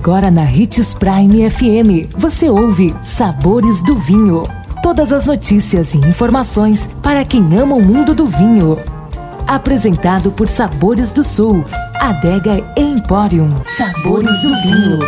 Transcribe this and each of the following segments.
Agora na Hits Prime FM, você ouve Sabores do Vinho. Todas as notícias e informações para quem ama o mundo do vinho. Apresentado por Sabores do Sul, Adega Emporium. Sabores do Vinho.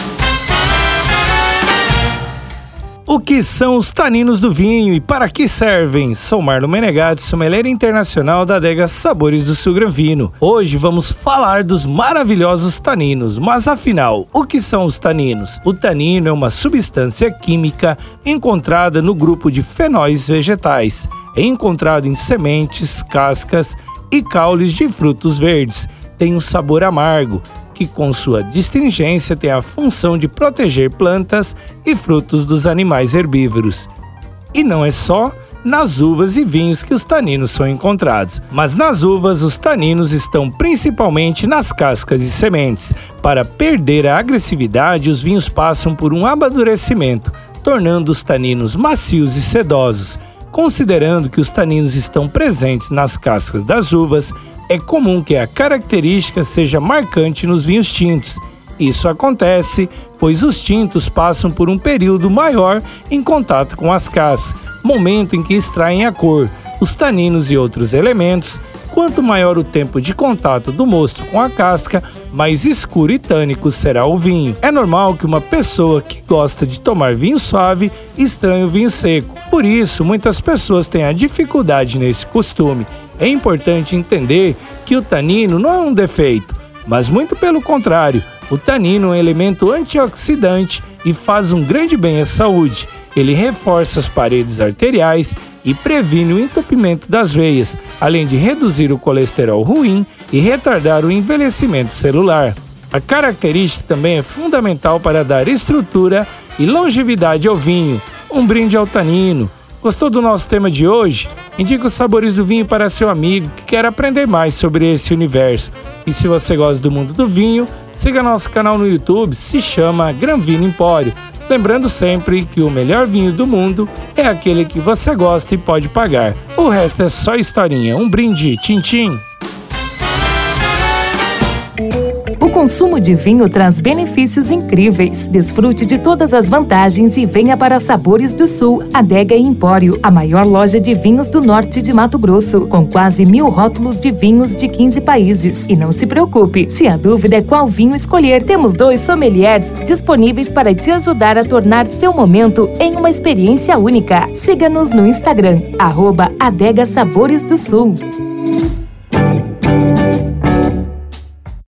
O que são os taninos do vinho e para que servem? Sou Marlon Menegatti, sommelier internacional da Adega Sabores do Sul Granvino. Hoje vamos falar dos maravilhosos taninos, mas afinal, o que são os taninos? O tanino é uma substância química encontrada no grupo de fenóis vegetais. É encontrado em sementes, cascas e caules de frutos verdes. Tem um sabor amargo, que com sua distingência tem a função de proteger plantas e frutos dos animais herbívoros. E não é só nas uvas e vinhos que os taninos são encontrados, mas nas uvas os taninos estão principalmente nas cascas e sementes. Para perder a agressividade, os vinhos passam por um amadurecimento, tornando os taninos macios e sedosos. Considerando que os taninos estão presentes nas cascas das uvas, é comum que a característica seja marcante nos vinhos tintos. Isso acontece pois os tintos passam por um período maior em contato com as cascas, momento em que extraem a cor, os taninos e outros elementos. Quanto maior o tempo de contato do mosto com a casca, mais escuro e tânico será o vinho. É normal que uma pessoa que gosta de tomar vinho suave estranhe o vinho seco. Por isso, muitas pessoas têm a dificuldade nesse costume. É importante entender que o tanino não é um defeito, mas muito pelo contrário. O tanino é um elemento antioxidante e faz um grande bem à saúde. Ele reforça as paredes arteriais e previne o entupimento das veias, além de reduzir o colesterol ruim e retardar o envelhecimento celular. A característica também é fundamental para dar estrutura e longevidade ao vinho. Um brinde ao tanino. Gostou do nosso tema de hoje? Indique os Sabores do Vinho para seu amigo que quer aprender mais sobre esse universo. E se você gosta do mundo do vinho, siga nosso canal no YouTube, se chama Granvino Empório. Lembrando sempre que o melhor vinho do mundo é aquele que você gosta e pode pagar. O resto é só historinha. Um brinde, tchim tchim! O consumo de vinho traz benefícios incríveis. Desfrute de todas as vantagens e venha para Sabores do Sul, Adega Empório, a maior loja de vinhos do norte de Mato Grosso, com quase 1000 rótulos de vinhos de 15 países. E não se preocupe, se a dúvida é qual vinho escolher, temos 2 sommeliers disponíveis para te ajudar a tornar seu momento em uma experiência única. Siga-nos no Instagram, @Adega Sabores do Sul.